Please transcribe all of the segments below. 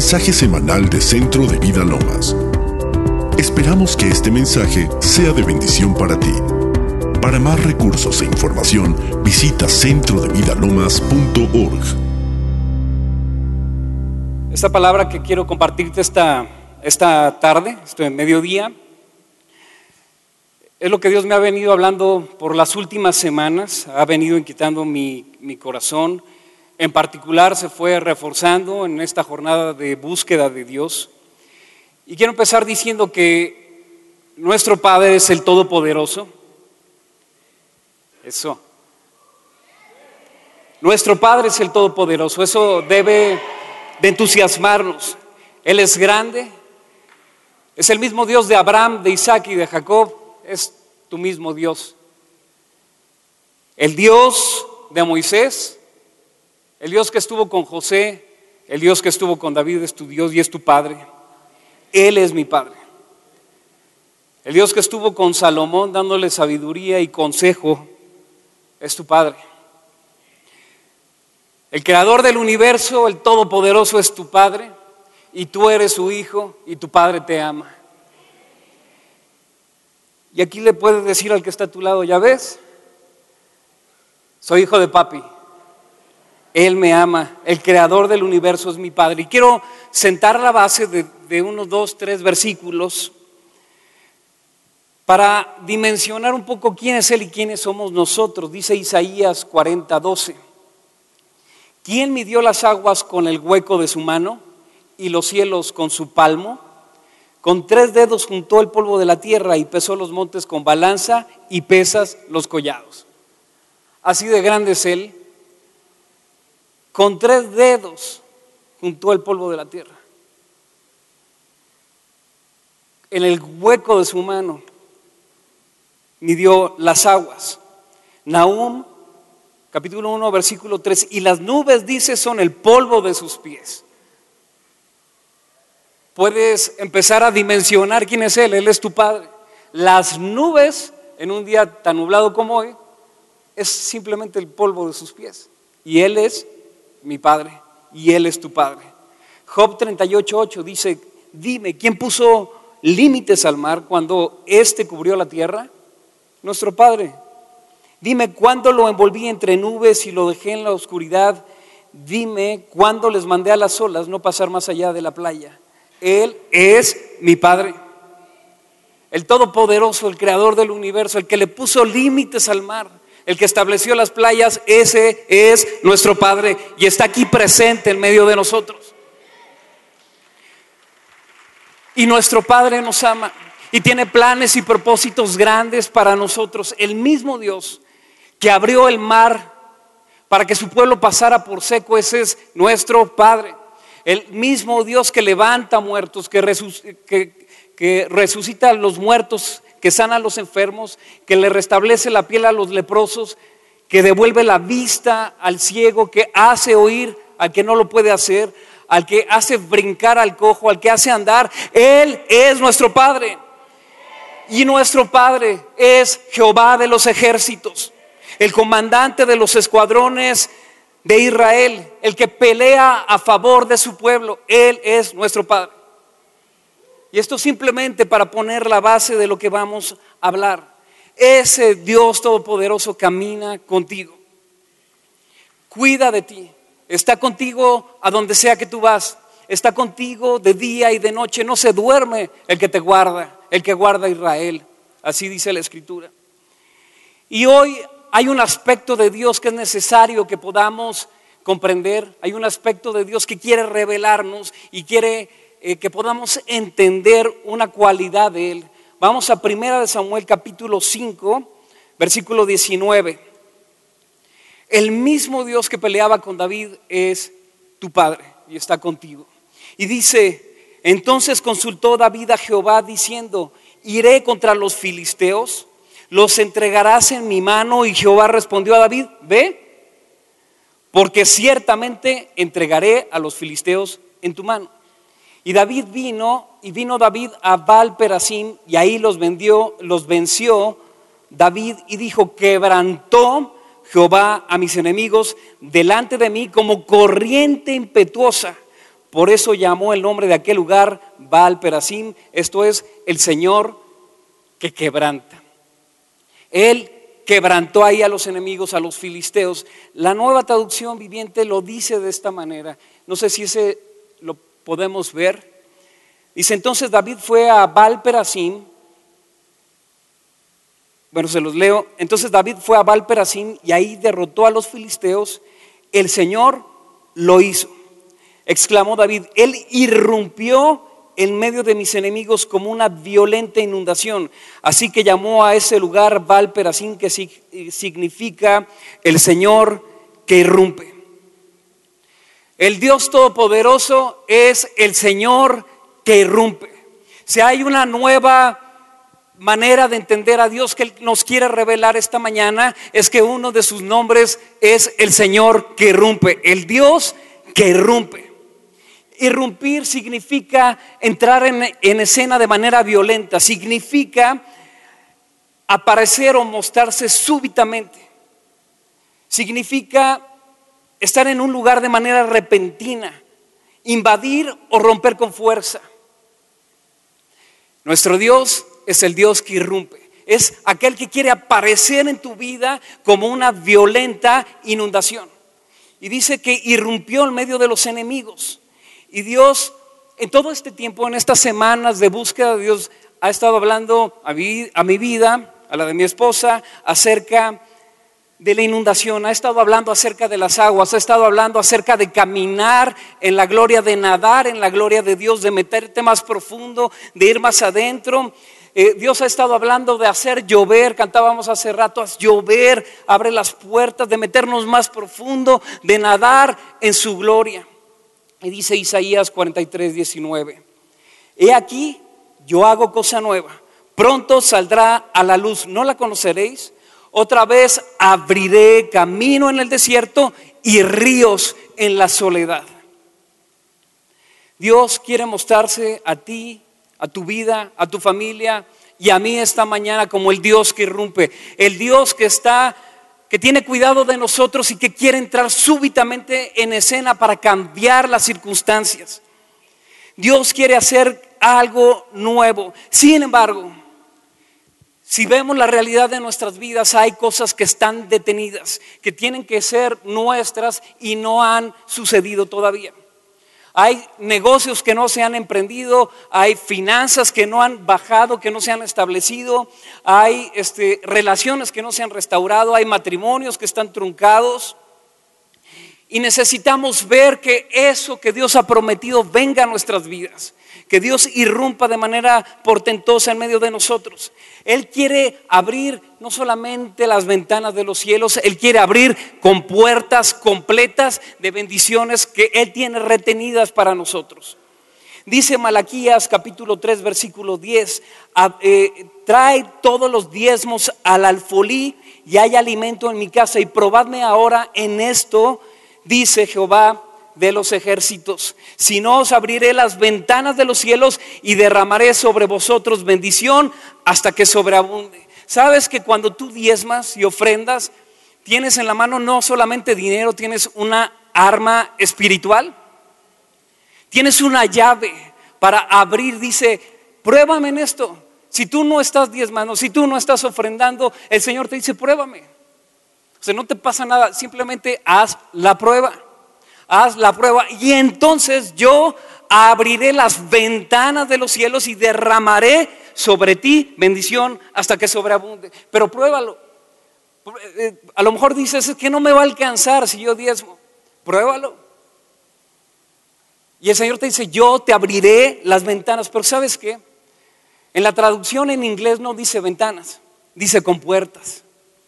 mensaje semanal de Centro de Vida Lomas. Esperamos que este mensaje sea de bendición para ti. Para más recursos e información, visita centrodevidalomas.org. Esta palabra que quiero compartirte esta tarde, mediodía, es lo que Dios me ha venido hablando por las últimas semanas, ha venido inquietando mi corazón. En particular se fue reforzando en esta jornada de búsqueda de Dios. Y quiero empezar diciendo que nuestro Padre es el Todopoderoso. Eso. Nuestro Padre es el Todopoderoso. Eso debe de entusiasmarnos. Él es grande. Es el mismo Dios de Abraham, de Isaac y de Jacob. Es tu mismo Dios. El Dios de Moisés, el Dios que estuvo con José, el Dios que estuvo con David es tu Dios y es tu Padre. Él es mi Padre. El Dios que estuvo con Salomón dándole sabiduría y consejo es tu Padre. El creador del universo, el Todopoderoso es tu Padre y tú eres su hijo y tu Padre te ama. Y aquí le puedes decir al que está a tu lado, ¿ya ves? Soy hijo de papi. Él me ama, el creador del universo es mi Padre. Y quiero sentar la base de unos 2, 3 versículos para dimensionar un poco quién es Él y quiénes somos nosotros. Dice Isaías 40:12. ¿Quién midió las aguas con el hueco de su mano y los cielos con su palmo? Con 3 dedos juntó el polvo de la tierra y pesó los montes con balanza y pesas los collados. Así de grande es Él. Con 3 dedos juntó el polvo de la tierra. En el hueco de su mano midió las aguas. Nahum, capítulo 1, versículo 3. Y las nubes, dice, son el polvo de sus pies. Puedes empezar a dimensionar quién es Él. Él es tu Padre. Las nubes, en un día tan nublado como hoy, es simplemente el polvo de sus pies. Y Él es mi Padre, y Él es tu Padre. Job 38:8 dice: dime, ¿quién puso límites al mar cuando éste cubrió la tierra? Nuestro Padre. Dime, ¿cuándo lo envolví entre nubes y lo dejé en la oscuridad? Dime, ¿cuándo les mandé a las olas no pasar más allá de la playa? Él es mi Padre, el Todopoderoso, el creador del universo, el que le puso límites al mar, el que estableció las playas. Ese es nuestro Padre y está aquí presente en medio de nosotros. Y nuestro Padre nos ama y tiene planes y propósitos grandes para nosotros. El mismo Dios que abrió el mar para que su pueblo pasara por seco, ese es nuestro Padre. El mismo Dios que levanta muertos, que resucita a los muertos, que sana a los enfermos, que le restablece la piel a los leprosos, que devuelve la vista al ciego, que hace oír al que no lo puede hacer, al que hace brincar al cojo, al que hace andar. Él es nuestro Padre. Y nuestro Padre es Jehová de los ejércitos, el comandante de los escuadrones de Israel, el que pelea a favor de su pueblo. Él es nuestro Padre. Y esto simplemente para poner la base de lo que vamos a hablar. Ese Dios Todopoderoso camina contigo, cuida de ti, está contigo a donde sea que tú vas, está contigo de día y de noche. No se duerme el que te guarda, el que guarda a Israel. Así dice la Escritura. Y hoy hay un aspecto de Dios que es necesario que podamos comprender. Hay un aspecto de Dios que quiere revelarnos y quiere que podamos entender una cualidad de Él. Vamos a 1 Samuel capítulo 5, versículo 19. El mismo Dios que peleaba con David es tu Padre y está contigo. Y dice: entonces consultó David a Jehová diciendo: iré contra los filisteos, los entregarás en mi mano. Y Jehová respondió a David: ve, porque ciertamente entregaré a los filisteos en tu mano. Y vino David a Baal Perasim, y ahí los venció David, y dijo: quebrantó Jehová a mis enemigos delante de mí como corriente impetuosa, Por eso llamó el nombre de aquel lugar Baal Perasim, esto es, el Señor que quebranta. Él quebrantó ahí a los enemigos, a los filisteos. La Nueva Traducción Viviente lo dice de esta manera. No sé si ese lo podemos ver. Dice: entonces David fue a Baal Perasim. Bueno, se los leo. Entonces David fue a Baal Perasim y ahí derrotó a los filisteos. El Señor lo hizo. Exclamó David: Él irrumpió en medio de mis enemigos como una violenta inundación. Así que llamó a ese lugar Baal Perasim, que significa el Señor que irrumpe. El Dios Todopoderoso es el Señor que irrumpe. Si hay una nueva manera de entender a Dios que Él nos quiere revelar esta mañana, es que uno de sus nombres es el Señor que irrumpe, el Dios que irrumpe. Irrumpir significa entrar en escena de manera violenta, significa aparecer o mostrarse súbitamente, significa estar en un lugar de manera repentina, invadir o romper con fuerza. Nuestro Dios es el Dios que irrumpe, es aquel que quiere aparecer en tu vida como una violenta inundación. Y dice que irrumpió en medio de los enemigos. Y Dios, en todo este tiempo, en estas semanas de búsqueda de Dios, ha estado hablando a mi vida, a la de mi esposa, acerca de la inundación. Ha estado hablando acerca de las aguas, ha estado hablando acerca de caminar en la gloria, de nadar en la gloria de Dios, de meterte más profundo, de ir más adentro. Dios ha estado hablando de hacer llover, cantábamos hace rato, haz llover, abre las puertas, de meternos más profundo, de nadar en su gloria. Y dice Isaías 43:19: He aquí, yo hago cosa nueva, pronto saldrá a la luz, ¿no la conoceréis? Otra vez abriré camino en el desierto y ríos en la soledad. Dios quiere mostrarse a ti, a tu vida, a tu familia y a mí esta mañana como el Dios que irrumpe, el Dios que tiene cuidado de nosotros y que quiere entrar súbitamente en escena para cambiar las circunstancias. Dios quiere hacer algo nuevo. Sin embargo, si vemos la realidad de nuestras vidas, hay cosas que están detenidas, que tienen que ser nuestras y no han sucedido todavía. Hay negocios que no se han emprendido, hay finanzas que no han bajado, que no se han establecido, hay relaciones que no se han restaurado, hay matrimonios que están truncados. Y necesitamos ver que eso que Dios ha prometido venga a nuestras vidas, que Dios irrumpa de manera portentosa en medio de nosotros. Él quiere abrir no solamente las ventanas de los cielos, Él quiere abrir con puertas completas de bendiciones que Él tiene retenidas para nosotros. Dice Malaquías capítulo 3 versículo 10, trae todos los diezmos al alfolí y hay alimento en mi casa, y probadme ahora en esto, dice Jehová de los ejércitos, si no os abriré las ventanas de los cielos y derramaré sobre vosotros bendición hasta que sobreabunde. ¿Sabes que cuando tú diezmas y ofrendas, tienes en la mano no solamente dinero, tienes una arma espiritual? Tienes una llave para abrir. Dice: pruébame en esto. Si tú no estás diezmando, si tú no estás ofrendando, el Señor te dice: pruébame. O sea, no te pasa nada, simplemente haz la prueba. Haz la prueba y entonces yo abriré las ventanas de los cielos y derramaré sobre ti bendición hasta que sobreabunde. Pero pruébalo. A lo mejor dices: es que no me va a alcanzar si yo diezmo. Pruébalo. Y el Señor te dice: yo te abriré las ventanas. Pero ¿sabes qué? En la traducción en inglés no dice ventanas, dice compuertas.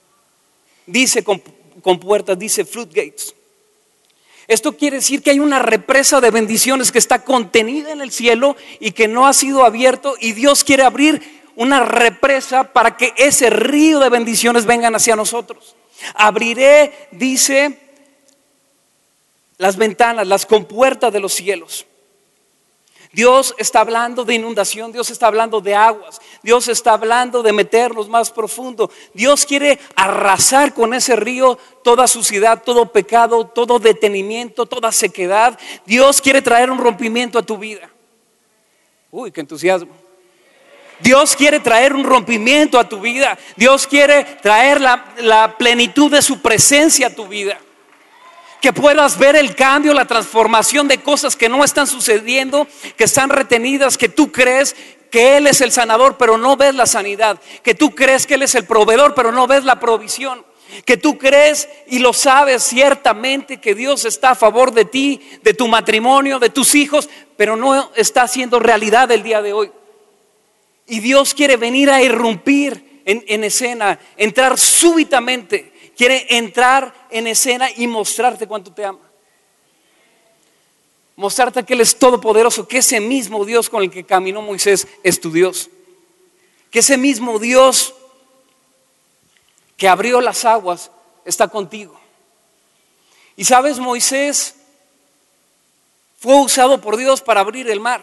Dice compuertas, dice floodgates. Esto quiere decir que hay una represa de bendiciones que está contenida en el cielo y que no ha sido abierto, y Dios quiere abrir una represa para que ese río de bendiciones vengan hacia nosotros. Abriré, dice, las ventanas, las compuertas de los cielos. Dios está hablando de inundación, Dios está hablando de aguas, Dios está hablando de meternos más profundo. Dios quiere arrasar con ese río toda suciedad, todo pecado, todo detenimiento, toda sequedad. Dios quiere traer un rompimiento a tu vida. Uy, qué entusiasmo. Dios quiere traer un rompimiento a tu vida. Dios quiere traer la plenitud de su presencia a tu vida. Que puedas ver el cambio, la transformación de cosas que no están sucediendo, que están retenidas, que tú crees que Él es el sanador, pero no ves la sanidad. Que tú crees que Él es el proveedor, pero no ves la provisión. Que tú crees y lo sabes ciertamente que Dios está a favor de ti, de tu matrimonio, de tus hijos, pero no está haciendo realidad el día de hoy. Y Dios quiere venir a irrumpir en escena, entrar súbitamente. Quiere entrar en escena y mostrarte cuánto te ama. Mostrarte que Él es todopoderoso, que ese mismo Dios con el que caminó Moisés es tu Dios. Que ese mismo Dios que abrió las aguas está contigo. Y sabes, Moisés fue usado por Dios para abrir el mar.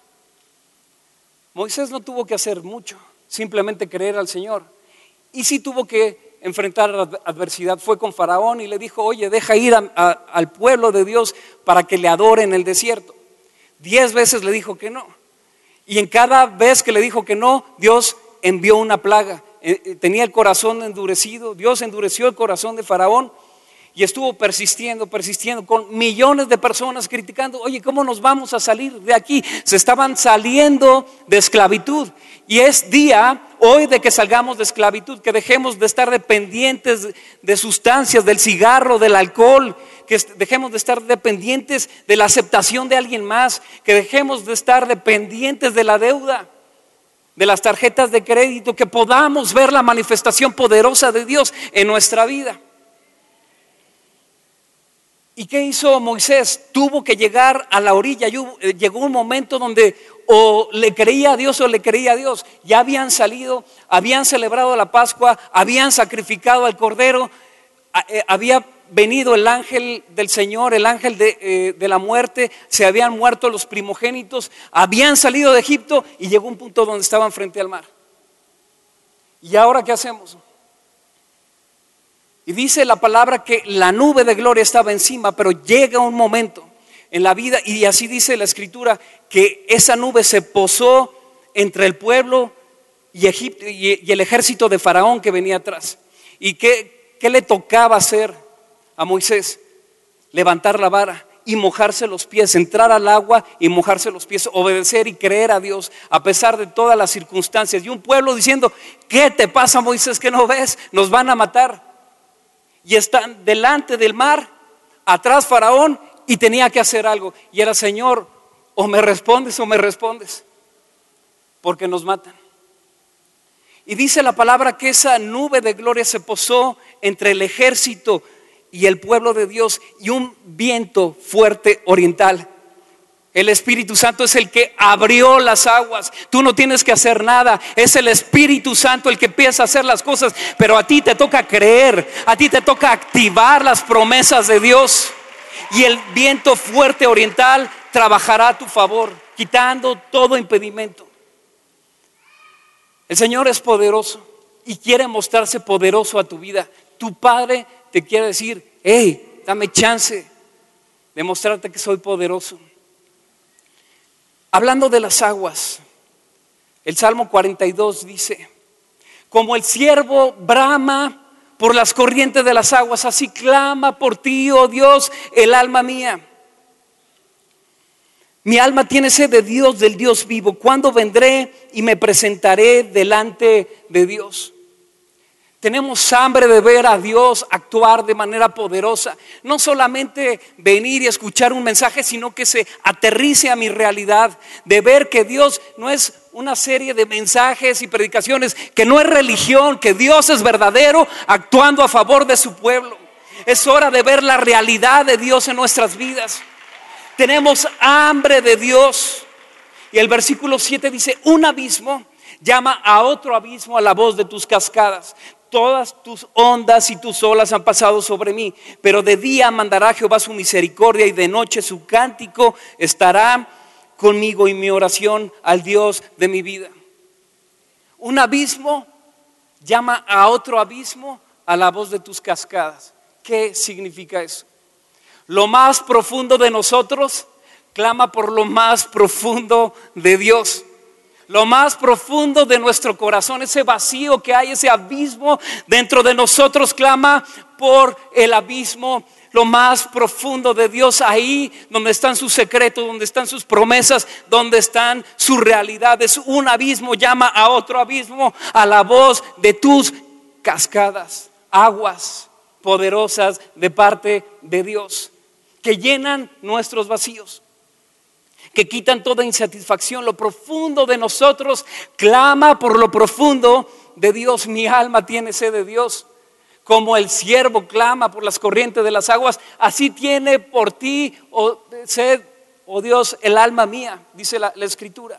Moisés no tuvo que hacer mucho, simplemente creer al Señor. Y sí tuvo que enfrentar adversidad. Fue con Faraón y le dijo: oye, deja ir al pueblo de Dios para que le adore en el desierto. 10 veces le dijo que no. Y en cada vez que le dijo que no, Dios envió una plaga. Tenía el corazón endurecido. Dios endureció el corazón de Faraón y estuvo persistiendo con millones de personas criticando: oye, ¿cómo nos vamos a salir de aquí? Se estaban saliendo de esclavitud. Y es día hoy de que salgamos de esclavitud, que dejemos de estar dependientes de sustancias, del cigarro, del alcohol, que dejemos de estar dependientes de la aceptación de alguien más, que dejemos de estar dependientes de la deuda, de las tarjetas de crédito, que podamos ver la manifestación poderosa de Dios en nuestra vida. ¿Y qué hizo Moisés? Tuvo que llegar a la orilla. Llegó un momento donde o le creía a Dios o le creía a Dios. Ya habían salido, habían celebrado la Pascua, habían sacrificado al Cordero, había venido el ángel del Señor, el ángel de la muerte, se habían muerto los primogénitos, habían salido de Egipto y llegó un punto donde estaban frente al mar. ¿Y ahora qué hacemos? Y dice la palabra que la nube de gloria estaba encima, pero llega un momento en la vida, y así dice la Escritura, que esa nube se posó entre el pueblo y Egipto y el ejército de Faraón que venía atrás. ¿Y qué le tocaba hacer a Moisés? Levantar la vara y mojarse los pies, entrar al agua y mojarse los pies, obedecer y creer a Dios a pesar de todas las circunstancias. Y un pueblo diciendo: ¿qué te pasa, Moisés, que no ves? Nos van a matar. Y están delante del mar, atrás Faraón, y tenía que hacer algo. Y era: Señor, o me respondes, porque nos matan. Y dice la palabra que esa nube de gloria se posó entre el ejército y el pueblo de Dios, y un viento fuerte oriental. El Espíritu Santo es el que abrió las aguas. Tú no tienes que hacer nada. Es el Espíritu Santo el que empieza a hacer las cosas. Pero a ti te toca creer. A ti te toca activar las promesas de Dios. Y el viento fuerte oriental trabajará a tu favor, quitando todo impedimento. El Señor es poderoso y quiere mostrarse poderoso a tu vida. Tu Padre te quiere decir: hey, dame chance de mostrarte que soy poderoso. Hablando de las aguas, el Salmo 42 dice: como el ciervo brama por las corrientes de las aguas, así clama por ti, oh Dios, el alma mía. Mi alma tiene sed de Dios, del Dios vivo. ¿Cuándo vendré y me presentaré delante de Dios? Tenemos hambre de ver a Dios actuar de manera poderosa. No solamente venir y escuchar un mensaje, sino que se aterrice a mi realidad. De ver que Dios no es una serie de mensajes y predicaciones, que no es religión, que Dios es verdadero, actuando a favor de su pueblo. Es hora de ver la realidad de Dios en nuestras vidas. Tenemos hambre de Dios. Y el versículo 7 dice: un abismo llama a otro abismo a la voz de tus cascadas. Todas tus ondas y tus olas han pasado sobre mí, pero de día mandará Jehová su misericordia y de noche su cántico estará conmigo y mi oración al Dios de mi vida. Un abismo llama a otro abismo a la voz de tus cascadas. ¿Qué significa eso? Lo más profundo de nosotros clama por lo más profundo de Dios. Lo más profundo de nuestro corazón, ese vacío que hay, ese abismo dentro de nosotros, clama por el abismo, lo más profundo de Dios. Ahí donde están sus secretos, donde están sus promesas, donde están sus realidades. Un abismo llama a otro abismo a la voz de tus cascadas, aguas poderosas de parte de Dios, que llenan nuestros vacíos, que quitan toda insatisfacción. Lo profundo de nosotros clama por lo profundo de Dios. Mi alma tiene sed de Dios. Como el siervo clama por las corrientes de las aguas, así tiene por ti sed, oh Dios, el alma mía, dice la Escritura.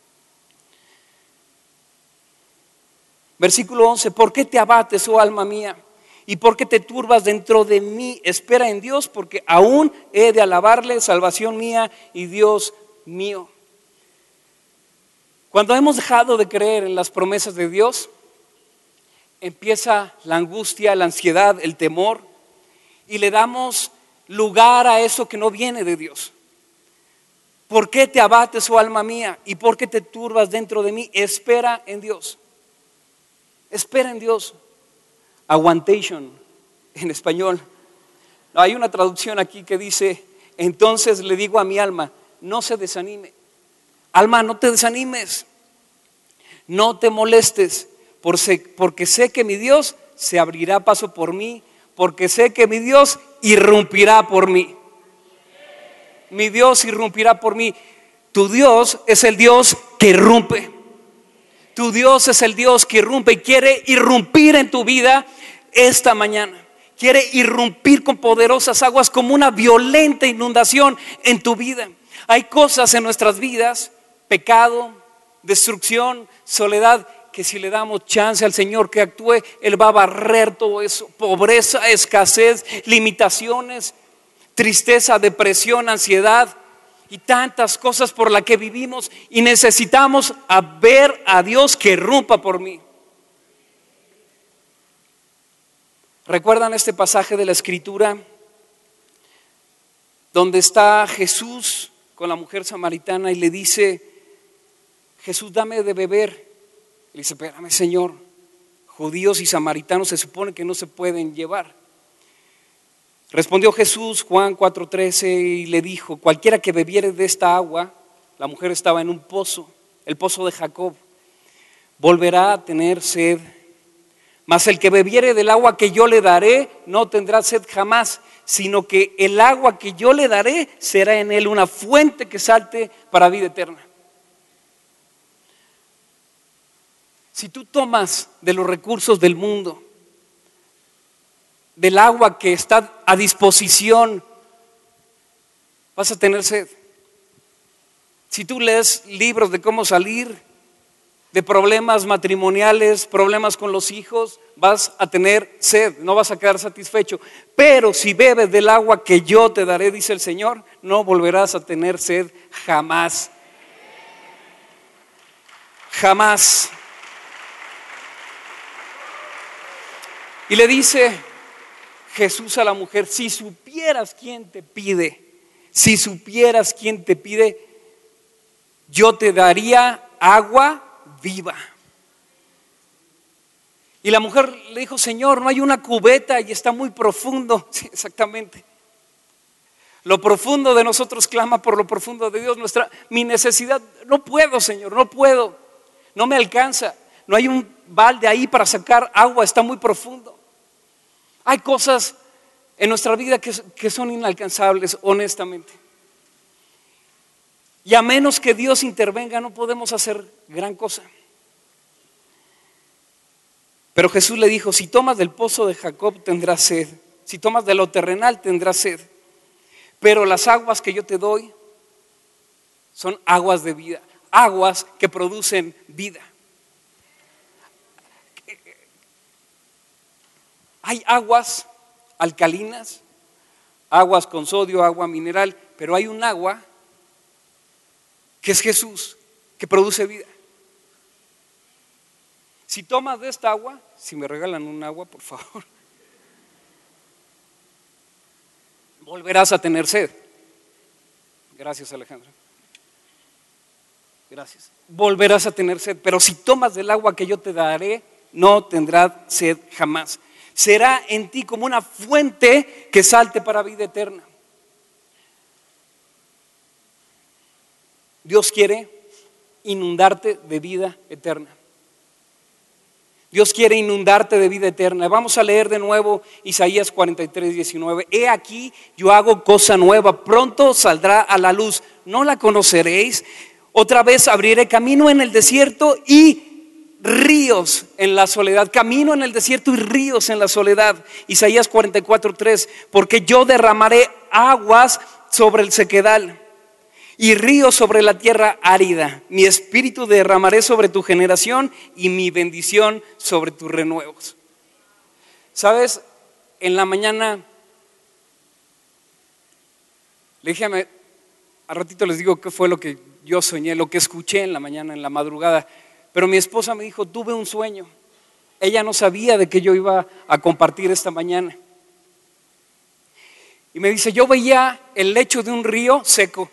Versículo 11, ¿por qué te abates, oh alma mía? ¿Y por qué te turbas dentro de mí? Espera en Dios, porque aún he de alabarle, salvación mía y Dios mío. Cuando hemos dejado de creer en las promesas de Dios, empieza la angustia, la ansiedad, el temor, y le damos lugar a eso que no viene de Dios. ¿Por qué te abates, oh alma mía? ¿Y por qué te turbas dentro de mí? Espera en Dios. Espera en Dios. Aguantation en español. No, hay una traducción aquí que dice: entonces le digo a mi alma, no se desanime. Alma, no te desanimes, no te molestes, porque sé que mi Dios se abrirá paso por mí, porque sé que mi Dios irrumpirá por mí. Mi Dios irrumpirá por mí. Tu Dios es el Dios que irrumpe. Tu Dios es el Dios que irrumpe y quiere irrumpir en tu vida esta mañana. Quiere irrumpir con poderosas aguas, como una violenta inundación en tu vida. Hay cosas en nuestras vidas, pecado, destrucción, soledad, que si le damos chance al Señor que actúe, Él va a barrer todo eso. Pobreza, escasez, limitaciones, tristeza, depresión, ansiedad y tantas cosas por las que vivimos, y necesitamos ver a Dios que irrumpa por mí. ¿Recuerdan este pasaje de la Escritura donde está Jesús con la mujer samaritana y le dice: Jesús, dame de beber? Le dice: espérame, Señor, judíos y samaritanos se supone que no se pueden llevar. Respondió Jesús, Juan 4:13, y le dijo: cualquiera que bebiere de esta agua, la mujer estaba en un pozo, el pozo de Jacob, volverá a tener sed. Mas el que bebiere del agua que yo le daré no tendrá sed jamás, sino que el agua que yo le daré será en él una fuente que salte para vida eterna. Si tú tomas de los recursos del mundo, del agua que está a disposición, vas a tener sed. Si tú lees libros de cómo salir de problemas matrimoniales, problemas con los hijos, vas a tener sed, no vas a quedar satisfecho. Pero si bebes del agua que yo te daré, dice el Señor, no volverás a tener sed jamás. Jamás. Y le dice Jesús a la mujer: si supieras quién te pide, si supieras quién te pide, yo te daría agua viva. Y la mujer le dijo: Señor, no hay una cubeta y está muy profundo. Sí, exactamente. Lo profundo de nosotros clama por lo profundo de Dios. Mi necesidad, no puedo, Señor, no puedo, no me alcanza. No hay un balde ahí para sacar agua, está muy profundo. Hay cosas en nuestra vida que son inalcanzables, honestamente. Y a menos que Dios intervenga, no podemos hacer gran cosa. Pero Jesús le dijo: si tomas del pozo de Jacob tendrás sed, si tomas de lo terrenal tendrás sed, pero las aguas que yo te doy son aguas de vida, aguas que producen vida. Hay aguas alcalinas, aguas con sodio, agua mineral, pero hay un agua que es Jesús, que produce vida. Si tomas de esta agua, si me regalan un agua, por favor, volverás a tener sed. Gracias, Alejandra. Gracias. Volverás a tener sed, pero si tomas del agua que yo te daré, no tendrás sed jamás. Será en ti como una fuente que salte para vida eterna. Dios quiere inundarte de vida eterna. Dios quiere inundarte de vida eterna. Vamos a leer de nuevo Isaías 43:19. He aquí, yo hago cosa nueva, pronto saldrá a la luz. ¿No la conoceréis? Otra vez abriré camino en el desierto y ríos en la soledad. Camino en el desierto y ríos en la soledad. Isaías 44:3. Porque yo derramaré aguas sobre el sequedal y ríos sobre la tierra árida. Mi espíritu derramaré sobre tu generación y mi bendición sobre tus renuevos. ¿Sabes? En la mañana, le dije a ratito les digo qué fue lo que yo soñé, lo que escuché en la mañana, en la madrugada. Pero mi esposa me dijo, tuve un sueño. Ella no sabía de qué yo iba a compartir esta mañana. Y me dice, yo veía el lecho de un río seco.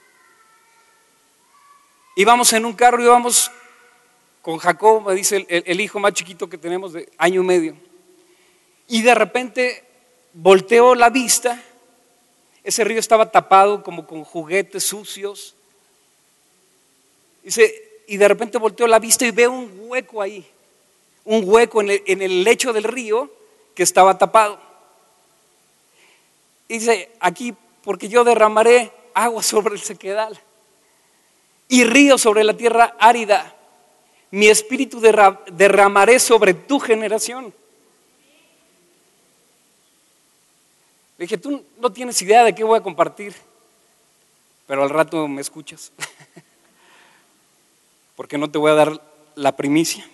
Íbamos en un carro, íbamos con Jacob, me dice el hijo más chiquito que tenemos de año y medio. Y de repente volteo la vista, ese río estaba tapado como con juguetes sucios. Dice, y de repente volteo la vista y veo un hueco ahí, un hueco en el lecho del río que estaba tapado. Dice, aquí, porque yo derramaré agua sobre el sequedal y río sobre la tierra árida. Mi espíritu derramaré sobre tu generación. Le dije, tú no tienes idea de qué voy a compartir, pero al rato me escuchas, porque no te voy a dar la primicia.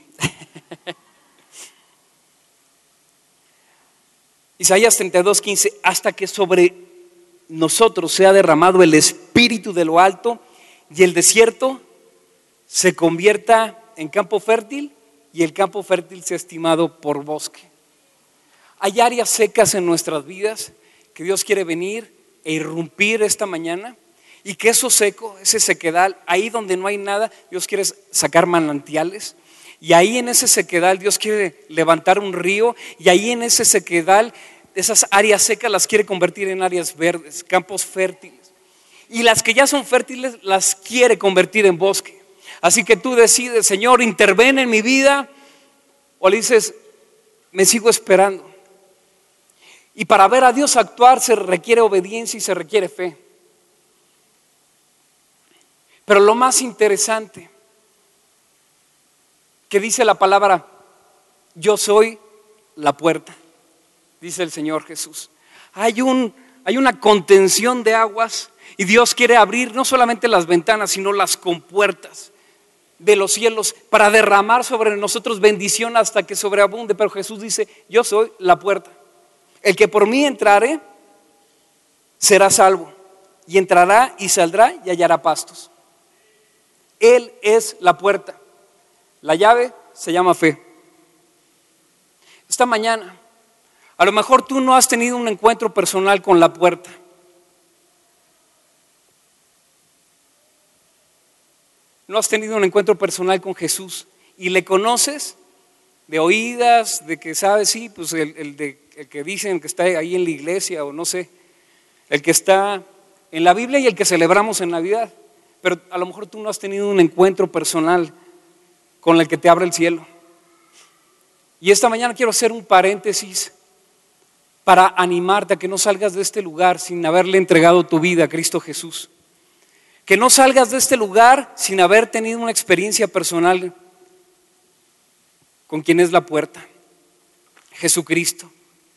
Isaías 32:15, hasta que sobre nosotros sea derramado el espíritu de lo alto y el desierto se convierta en campo fértil y el campo fértil sea estimado por bosque. Hay áreas secas en nuestras vidas que Dios quiere venir e irrumpir esta mañana, y que eso seco, ese sequedal, ahí donde no hay nada, Dios quiere sacar manantiales, y ahí en ese sequedal Dios quiere levantar un río, y ahí en ese sequedal, esas áreas secas las quiere convertir en áreas verdes, campos fértiles, y las que ya son fértiles las quiere convertir en bosque. Así que tú decides, Señor, interven en mi vida, o le dices, me sigo esperando. Y para ver a Dios actuar se requiere obediencia y se requiere fe. Pero lo más interesante que dice la palabra, yo soy la puerta, dice el Señor Jesús. Hay una contención de aguas y Dios quiere abrir no solamente las ventanas, sino las compuertas de los cielos para derramar sobre nosotros bendición hasta que sobreabunde. Pero Jesús dice, yo soy la puerta. El que por mí entrare será salvo, y entrará y saldrá y hallará pastos. Él es la puerta. La llave se llama fe. Esta mañana, a lo mejor tú no has tenido un encuentro personal con la puerta. No has tenido un encuentro personal con Jesús y le conoces de oídas, de que sabes, sí, pues el que dicen que está ahí en la iglesia, o no sé, el que está en la Biblia y el que celebramos en Navidad. Pero a lo mejor tú no has tenido un encuentro personal con el que te abre el cielo. Y esta mañana quiero hacer un paréntesis para animarte a que no salgas de este lugar sin haberle entregado tu vida a Cristo Jesús. Que no salgas de este lugar sin haber tenido una experiencia personal con quien es la puerta, Jesucristo.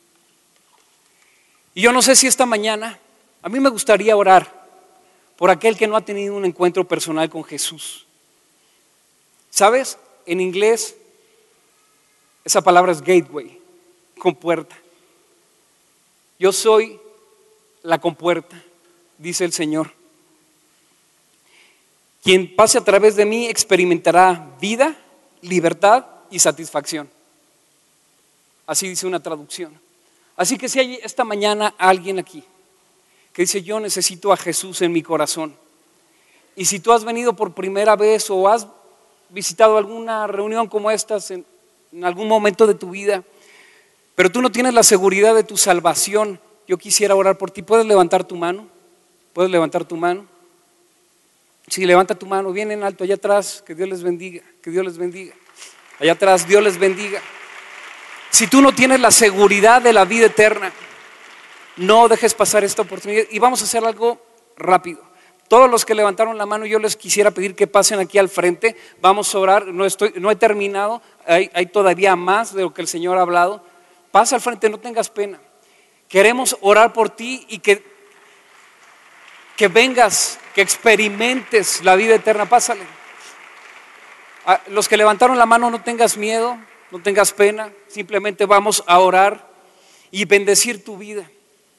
Y yo no sé si esta mañana, a mí me gustaría orar por aquel que no ha tenido un encuentro personal con Jesús. ¿Sabes? En inglés, esa palabra es gateway, compuerta. Yo soy la compuerta, dice el Señor. Quien pase a través de mí experimentará vida, libertad y satisfacción. Así dice una traducción. Así que si hay esta mañana alguien aquí que dice: yo necesito a Jesús en mi corazón, y si tú has venido por primera vez o has visitado alguna reunión como estas en algún momento de tu vida, pero tú no tienes la seguridad de tu salvación, yo quisiera orar por ti. ¿Puedes levantar tu mano? ¿Puedes levantar tu mano? Sí, levanta tu mano bien en alto, allá atrás. Que Dios les bendiga, que Dios les bendiga. Allá atrás, Dios les bendiga. Si tú no tienes la seguridad de la vida eterna, no dejes pasar esta oportunidad. Y vamos a hacer algo rápido. Todos los que levantaron la mano, yo les quisiera pedir que pasen aquí al frente. Vamos a orar. No he terminado, hay todavía más de lo que el Señor ha hablado. Pasa al frente, no tengas pena. Queremos orar por ti y que vengas, que experimentes la vida eterna. Pásale. A los que levantaron la mano, no tengas miedo, no tengas pena. Simplemente vamos a orar y bendecir tu vida.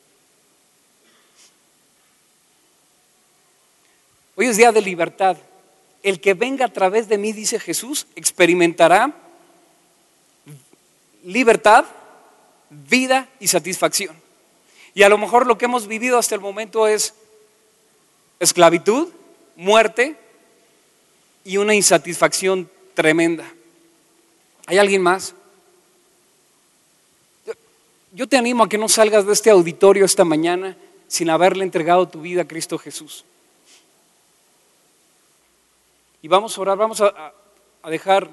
Hoy es día de libertad. El que venga a través de mí, dice Jesús, experimentará libertad, vida y satisfacción. Y a lo mejor lo que hemos vivido hasta el momento es esclavitud, muerte y una insatisfacción tremenda. ¿Hay alguien más? Yo te animo a que no salgas de este auditorio esta mañana sin haberle entregado tu vida a Cristo Jesús. Y vamos a orar, vamos a dejar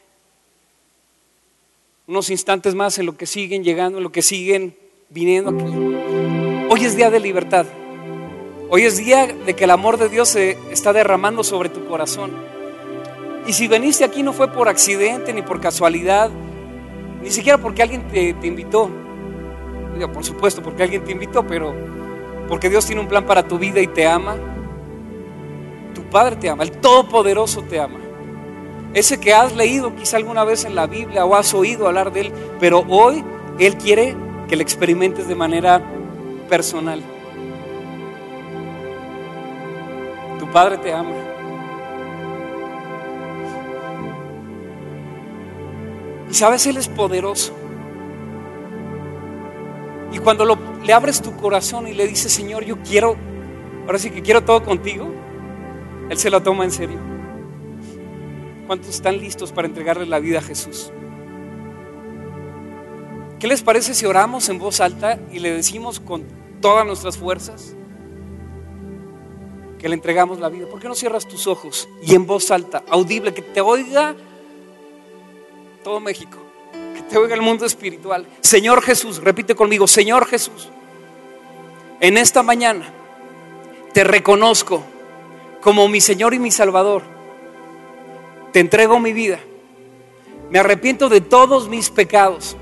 unos instantes más en lo que siguen llegando, en lo que siguen viniendo aquí. Hoy es día de libertad. Hoy es día de que el amor de Dios se está derramando sobre tu corazón. Y si veniste aquí no fue por accidente ni por casualidad, ni siquiera porque alguien te invitó. Por supuesto, porque alguien te invitó, pero porque Dios tiene un plan para tu vida y te ama. Tu Padre te ama, el Todopoderoso te ama. Ese que has leído quizá alguna vez en la Biblia o has oído hablar de Él, pero hoy Él quiere que lo experimentes de manera personal. Tu Padre te ama. Y sabes, Él es poderoso. Y cuando le abres tu corazón y le dices: Señor, yo quiero, ahora sí que quiero todo contigo, Él se lo toma en serio. ¿Cuántos están listos para entregarle la vida a Jesús? ¿Qué les parece si oramos en voz alta y le decimos con todas nuestras fuerzas que le entregamos la vida? ¿Por qué no cierras tus ojos y en voz alta, audible, que te oiga todo México, que te oiga el mundo espiritual? Señor Jesús, repite conmigo: Señor Jesús, en esta mañana te reconozco como mi Señor y mi Salvador. Te entrego mi vida. Me arrepiento de todos mis pecados.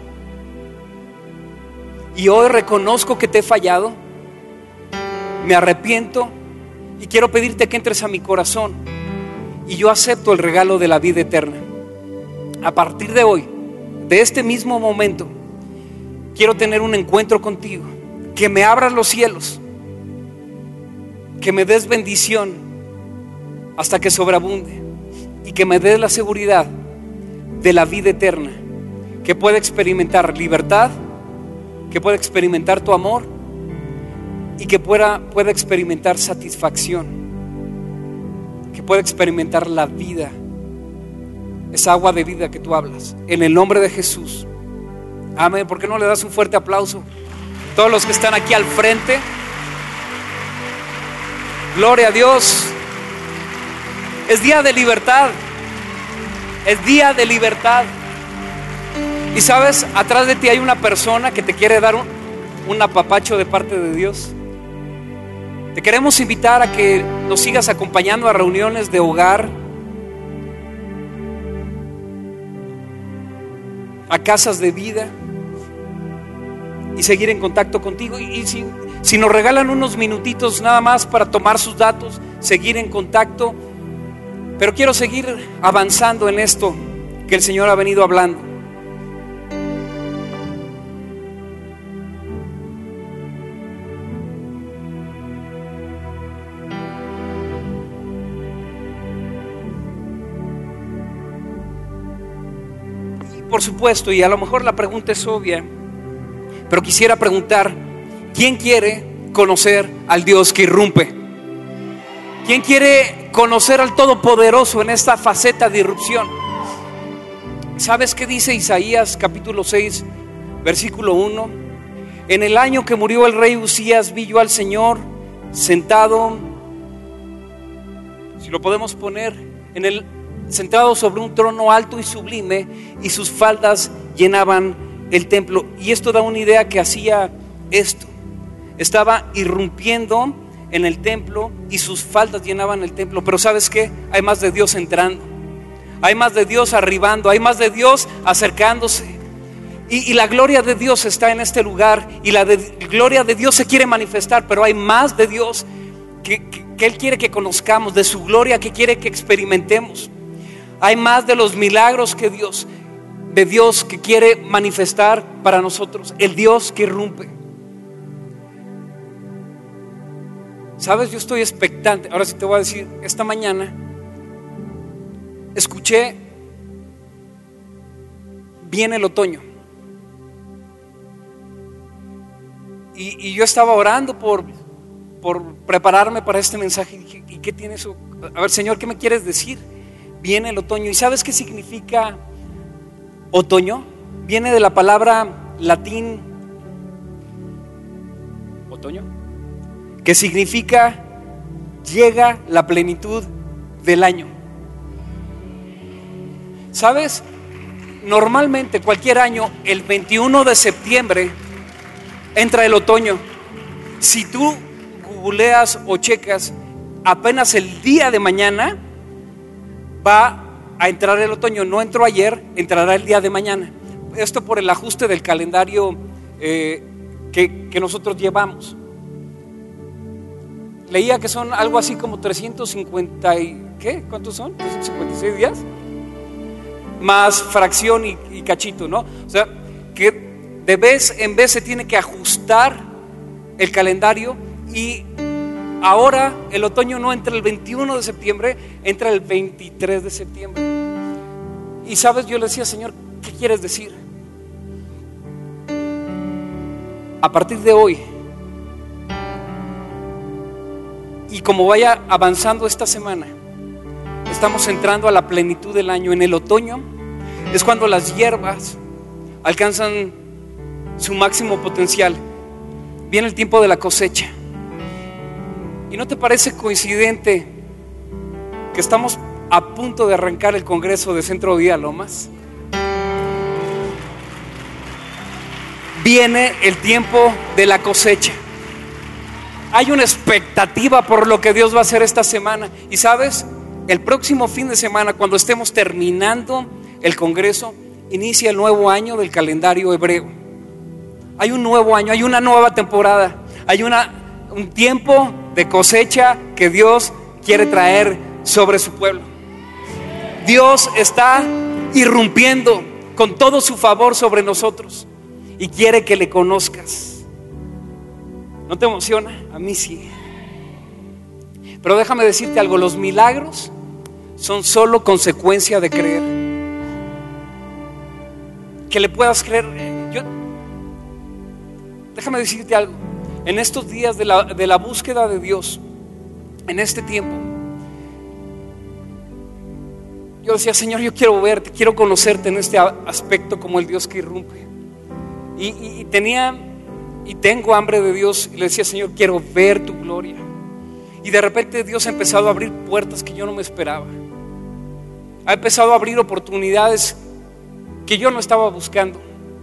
Y hoy reconozco que te he fallado. Me arrepiento y quiero pedirte que entres a mi corazón. Y yo acepto el regalo de la vida eterna. A partir de hoy, de este mismo momento, quiero tener un encuentro contigo. Que me abras los cielos. Que me des bendición hasta que sobreabunde. Y que me des la seguridad de la vida eterna, que pueda experimentar libertad, que pueda experimentar tu amor y que pueda experimentar satisfacción, que pueda experimentar la vida, esa agua de vida que tú hablas, en el nombre de Jesús. Amén. ¿Por qué no le das un fuerte aplauso? Todos los que están aquí al frente. Gloria a Dios. Es día de libertad. Es día de libertad. Y sabes, atrás de ti hay una persona que te quiere dar un apapacho de parte de Dios. Te queremos invitar a que nos sigas acompañando a reuniones de hogar, a casas de vida, y seguir en contacto contigo. Y si nos regalan unos minutitos nada más para tomar sus datos, seguir en contacto. Pero quiero seguir avanzando en esto que el Señor ha venido hablando. por supuesto, y a lo mejor la pregunta es obvia, pero quisiera preguntar, ¿quién quiere conocer al Dios que irrumpe? ¿Quién quiere conocer al Todopoderoso en esta faceta de irrupción? ¿Sabes qué dice Isaías capítulo 6, versículo 1? En el año que murió el rey Uzías, vi yo al Señor sentado, si lo podemos poner, sentado sobre un trono alto y sublime, y sus faldas llenaban el templo. Y esto da una idea que hacía esto: estaba irrumpiendo en el templo y sus faldas llenaban el templo. Pero ¿sabes qué? Hay más de Dios entrando, hay más de Dios arribando, hay más de Dios acercándose. Y la gloria de Dios está en este lugar, y la gloria de Dios se quiere manifestar, pero hay más de Dios que Él quiere que conozcamos, de su gloria que quiere que experimentemos. Hay más de los milagros de Dios que quiere manifestar para nosotros, el Dios que irrumpe. Sabes, yo estoy expectante. Ahora sí te voy a decir, esta mañana escuché, viene el otoño. Y yo estaba orando por prepararme para este mensaje. Y dije, ¿y qué tiene eso? A ver, Señor, ¿qué me quieres decir? Viene el otoño. ¿Y sabes qué significa otoño? Viene de la palabra latín otoño, que significa llega la plenitud del año. ¿Sabes? Normalmente cualquier año, el 21 de septiembre entra el otoño. Si tú googleas o checas, apenas el día de mañana va a entrar el otoño. No entró ayer, entrará el día de mañana. Esto por el ajuste del calendario que nosotros llevamos. Leía que son algo así como 350 ¿qué? ¿Cuántos son? 356 días más fracción y cachito, ¿no? O sea, que de vez en vez se tiene que ajustar el calendario, y ahora el otoño no entra el 21 de septiembre, entra el 23 de septiembre. Y sabes, yo le decía, Señor, ¿qué quieres decir? A partir de hoy, y como vaya avanzando esta semana, estamos entrando a la plenitud del año. En el otoño es cuando las hierbas alcanzan su máximo potencial. Viene el tiempo de la cosecha. ¿Y no te parece coincidente que estamos a punto de arrancar el congreso de Centro de Vida Lomas? Viene el tiempo de la cosecha. Hay una expectativa por lo que Dios va a hacer esta semana. Y sabes, el próximo fin de semana, cuando estemos terminando el congreso, inicia el nuevo año del calendario hebreo. Hay un nuevo año, hay una nueva temporada, hay un tiempo de cosecha que Dios quiere traer sobre su pueblo. Dios está irrumpiendo con todo su favor sobre nosotros y quiere que le conozcas. ¿No te emociona? A mí sí. Pero déjame decirte algo: los milagros son solo consecuencia de creer. Que le puedas creer. Déjame decirte algo: en estos días de la búsqueda de Dios, en este tiempo, yo decía, Señor, yo quiero verte, quiero conocerte en este aspecto como el Dios que irrumpe. Y tengo hambre de Dios, y le decía, Señor, quiero ver tu gloria. Y de repente Dios ha empezado a abrir puertas que yo no me esperaba. Ha empezado a abrir oportunidades que yo no estaba buscando.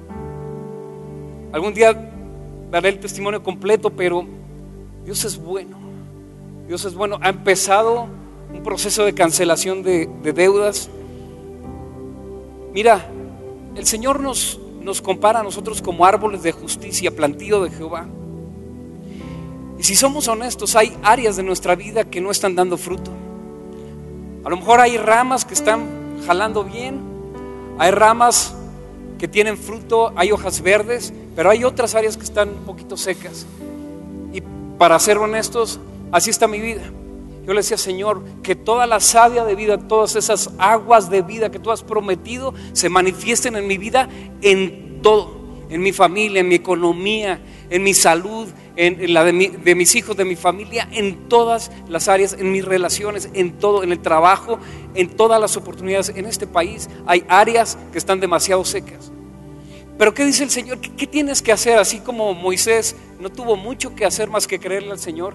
Algún día daré el testimonio completo, pero Dios es bueno. Dios es bueno. Ha empezado un proceso de cancelación de deudas. Mira, el Señor nos compara a nosotros como árboles de justicia, plantío de Jehová. Y si somos honestos, hay áreas de nuestra vida que no están dando fruto. A lo mejor hay ramas que están jalando bien, hay ramas que tienen fruto, hay hojas verdes, pero hay otras áreas que están un poquito secas. Y para ser honestos, así está mi vida. Yo le decía, Señor, que toda la savia de vida, todas esas aguas de vida que tú has prometido se manifiesten en mi vida, en todo, en mi familia, en mi economía, en mi salud, en la de mis hijos, de mi familia, en todas las áreas, en mis relaciones, en todo, en el trabajo, en todas las oportunidades. En este país hay áreas que están demasiado secas. Pero ¿qué dice el Señor? ¿Qué tienes que hacer? Así como Moisés no tuvo mucho que hacer más que creerle al Señor.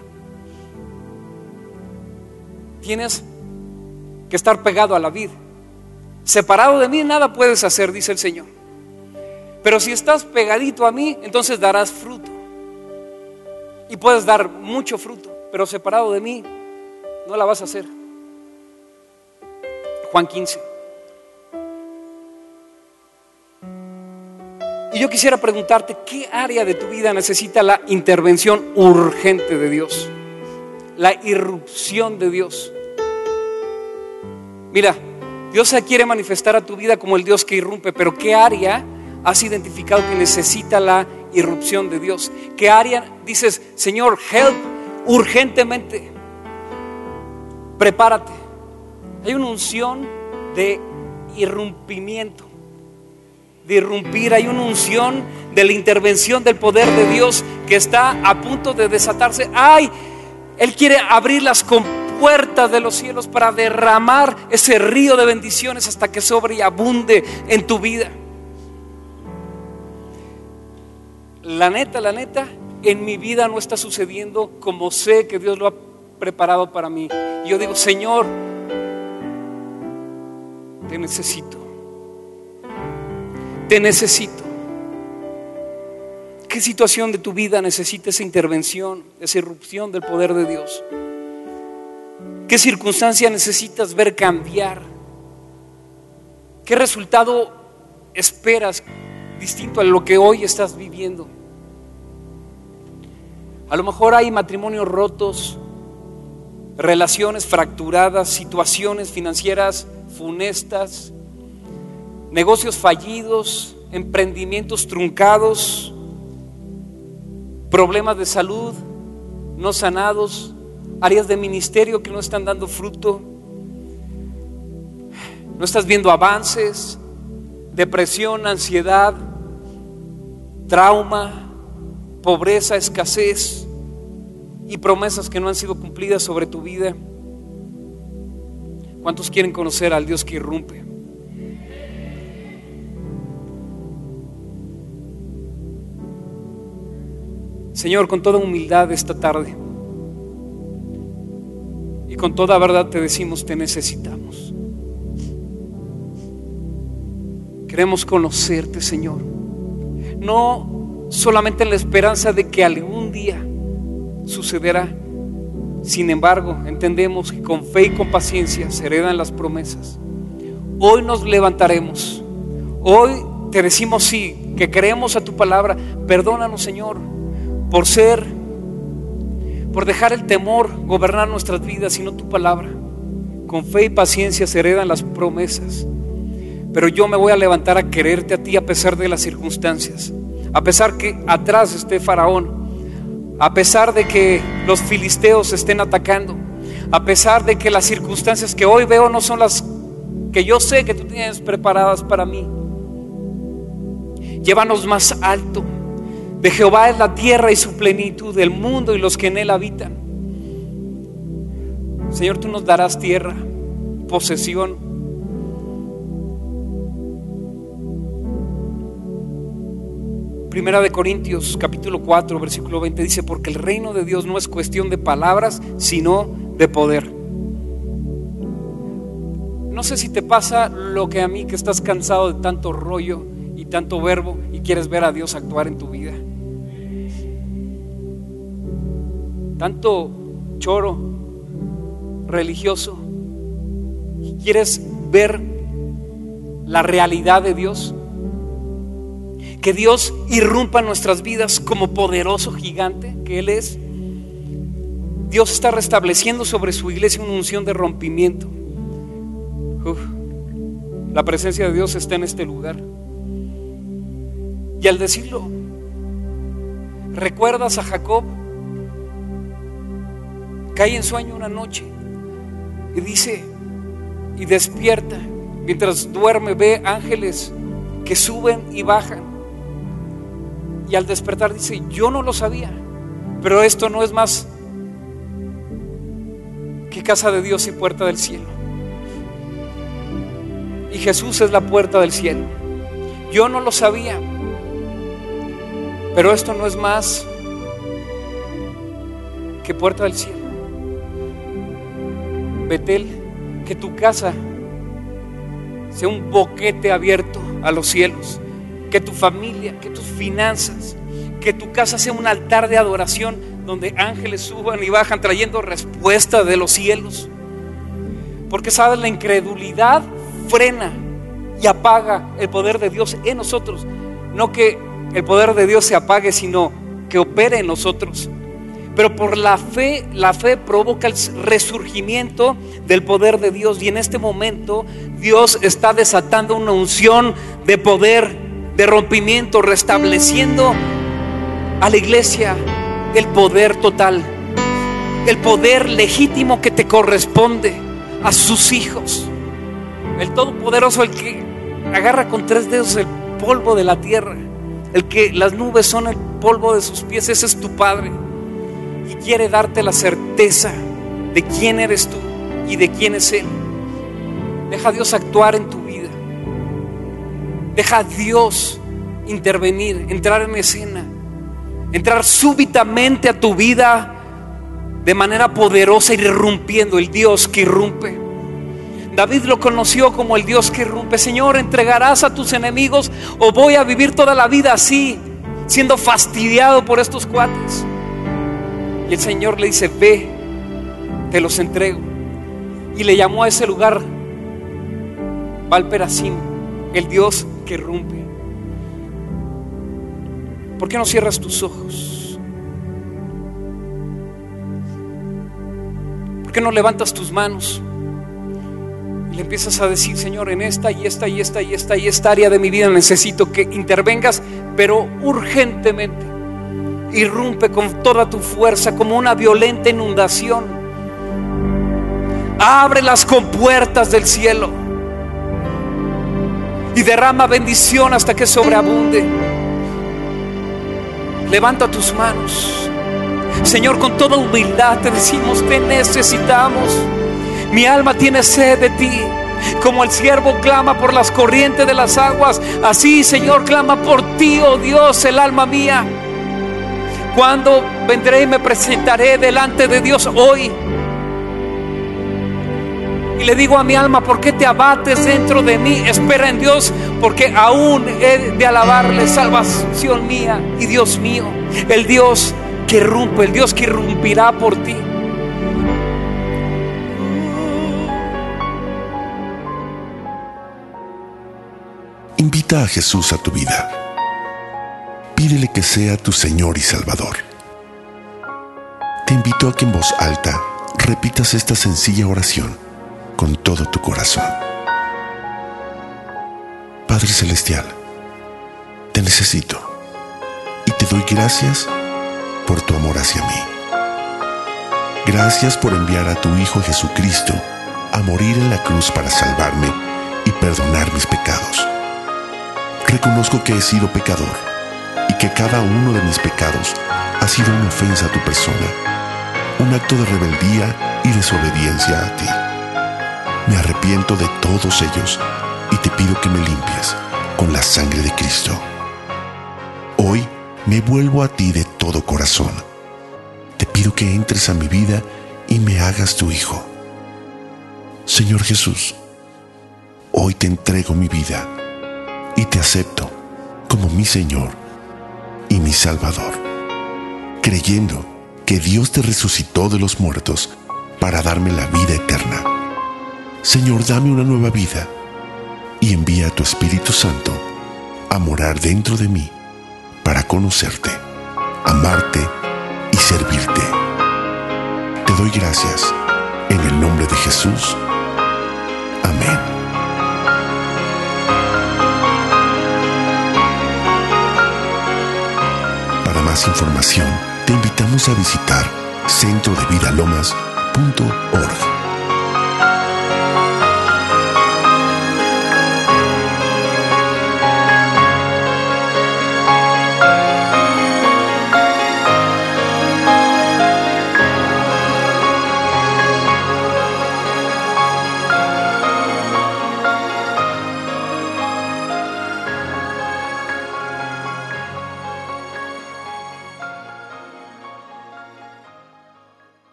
Tienes que estar pegado a la vid. Separado de mí nada puedes hacer, dice el Señor. Pero si estás pegadito a mí, entonces darás fruto. Y puedes dar mucho fruto, pero separado de mí no la vas a hacer. Juan 15. Y yo quisiera preguntarte, ¿qué área de tu vida necesita la intervención urgente de Dios? La irrupción de Dios. Mira, Dios se quiere manifestar a tu vida como el Dios que irrumpe, pero ¿qué área has identificado que necesita la irrupción de Dios? ¿Qué área dices, Señor, help, urgentemente? Prepárate. Hay una unción de irrumpimiento, de irrumpir. Hay una unción de la intervención del poder de Dios que está a punto de desatarse. Él quiere abrir las compuertas de los cielos para derramar ese río de bendiciones hasta que sobre y abunde en tu vida. La neta, en mi vida no está sucediendo como sé que Dios lo ha preparado para mí. Y yo digo, Señor, te necesito. Te necesito. ¿Qué situación de tu vida necesita esa intervención, esa irrupción del poder de Dios? ¿Qué circunstancia necesitas ver cambiar? ¿Qué resultado esperas distinto a lo que hoy estás viviendo? A lo mejor hay matrimonios rotos, relaciones fracturadas, situaciones financieras funestas, negocios fallidos, emprendimientos truncados, problemas de salud no sanados, áreas de ministerio que no están dando fruto, no estás viendo avances, depresión, ansiedad, trauma, pobreza, escasez y promesas que no han sido cumplidas sobre tu vida. ¿Cuántos quieren conocer al Dios que irrumpe? Señor, con toda humildad esta tarde y con toda verdad te decimos, te necesitamos. Queremos conocerte, Señor, no solamente en la esperanza de que algún día sucederá. Sin embargo, entendemos que con fe y con paciencia se heredan las promesas. Hoy nos levantaremos, hoy te decimos sí, que creemos a tu palabra. Perdónanos, Señor, por dejar el temor gobernar nuestras vidas, sino tu palabra. Con fe y paciencia se heredan las promesas. Pero yo me voy a levantar a quererte a ti a pesar de las circunstancias, a pesar que atrás esté Faraón, a pesar de que los filisteos estén atacando, a pesar de que las circunstancias que hoy veo no son las que yo sé que tú tienes preparadas para mí. Llévanos más alto. De Jehová es la tierra y su plenitud, el mundo y los que en él habitan. Señor, tú nos darás tierra, posesión. Primera de Corintios capítulo 4 versículo 20 dice: porque el reino de Dios no es cuestión de palabras, sino de poder. No sé si te pasa lo que a mí, que estás cansado de tanto rollo y tanto verbo y quieres ver a Dios actuar en tu vida. Tanto choro religioso y quieres ver la realidad de Dios. Que Dios irrumpa en nuestras vidas como poderoso gigante que Él es. Dios está restableciendo sobre su iglesia una unción de rompimiento. La presencia de Dios está en este lugar. Y al decirlo, ¿recuerdas a Jacob? Cae en sueño una noche Y dice, y despierta, mientras duerme ve ángeles que suben y bajan. Y al despertar dice, yo no lo sabía, pero esto no es más que casa de Dios y puerta del cielo. Y Jesús es la puerta del cielo. Yo no lo sabía, pero esto no es más que puerta del cielo. Betel, que tu casa sea un boquete abierto a los cielos, que tu familia, que tus finanzas, que tu casa sea un altar de adoración donde ángeles suban y bajan trayendo respuesta de los cielos. Porque sabes, la incredulidad frena y apaga el poder de Dios en nosotros. No que el poder de Dios se apague, sino que opere en nosotros. Pero por la fe provoca el resurgimiento del poder de Dios. Y en este momento Dios está desatando una unción de poder, de rompimiento, restableciendo a la iglesia el poder total, el poder legítimo que te corresponde a sus hijos. El Todopoderoso, el que agarra con 3 dedos el polvo de la tierra, el que las nubes son el polvo de sus pies, ese es tu Padre. Y quiere darte la certeza de quién eres tú y de quién es Él. Deja a Dios actuar en tu vida. Deja a Dios intervenir, entrar en escena, entrar súbitamente a tu vida de manera poderosa, irrumpiendo, el Dios que irrumpe. David lo conoció como el Dios que irrumpe. Señor, ¿entregarás a tus enemigos o voy a vivir toda la vida así, siendo fastidiado por estos cuates? Y el Señor le dice, ve, te los entrego. Y le llamó a ese lugar Baal-Perasim, el Dios que irrumpe. ¿Por qué no cierras tus ojos? ¿Por qué no levantas tus manos y le empiezas a decir, Señor, en esta y esta y esta y esta y esta área de mi vida necesito que intervengas, pero urgentemente? Irrumpe con toda tu fuerza como una violenta inundación. Abre las compuertas del cielo y derrama bendición hasta que sobreabunde. Levanta tus manos. Señor, con toda humildad te decimos, te necesitamos. Mi alma tiene sed de ti. Como el siervo clama por las corrientes de las aguas, así, Señor, clama por ti, oh Dios, el alma mía. Cuando vendré y me presentaré delante de Dios hoy, y le digo a mi alma, ¿por qué te abates dentro de mí? Espera en Dios, porque aún he de alabarle, salvación mía y Dios mío, el Dios que irrumpe, el Dios que irrumpirá por ti. Invita a Jesús a tu vida. Pídele que sea tu Señor y Salvador. Te invito a que en voz alta repitas esta sencilla oración con todo tu corazón. Padre Celestial, te necesito y te doy gracias por tu amor hacia mí. Gracias por enviar a tu Hijo Jesucristo a morir en la cruz para salvarme y perdonar mis pecados. Reconozco que he sido pecador y que cada uno de mis pecados ha sido una ofensa a tu persona, un acto de rebeldía y desobediencia a ti. Me arrepiento de todos ellos y te pido que me limpies con la sangre de Cristo. Hoy me vuelvo a ti de todo corazón. Te pido que entres a mi vida y me hagas tu hijo. Señor Jesús, hoy te entrego mi vida y te acepto como mi Señor y mi Salvador, creyendo que Dios te resucitó de los muertos para darme la vida eterna. Señor, dame una nueva vida y envía a tu Espíritu Santo a morar dentro de mí para conocerte, amarte y servirte. Te doy gracias en el nombre de Jesús. Amén. Para más información, te invitamos a visitar centrodevidalomas.org.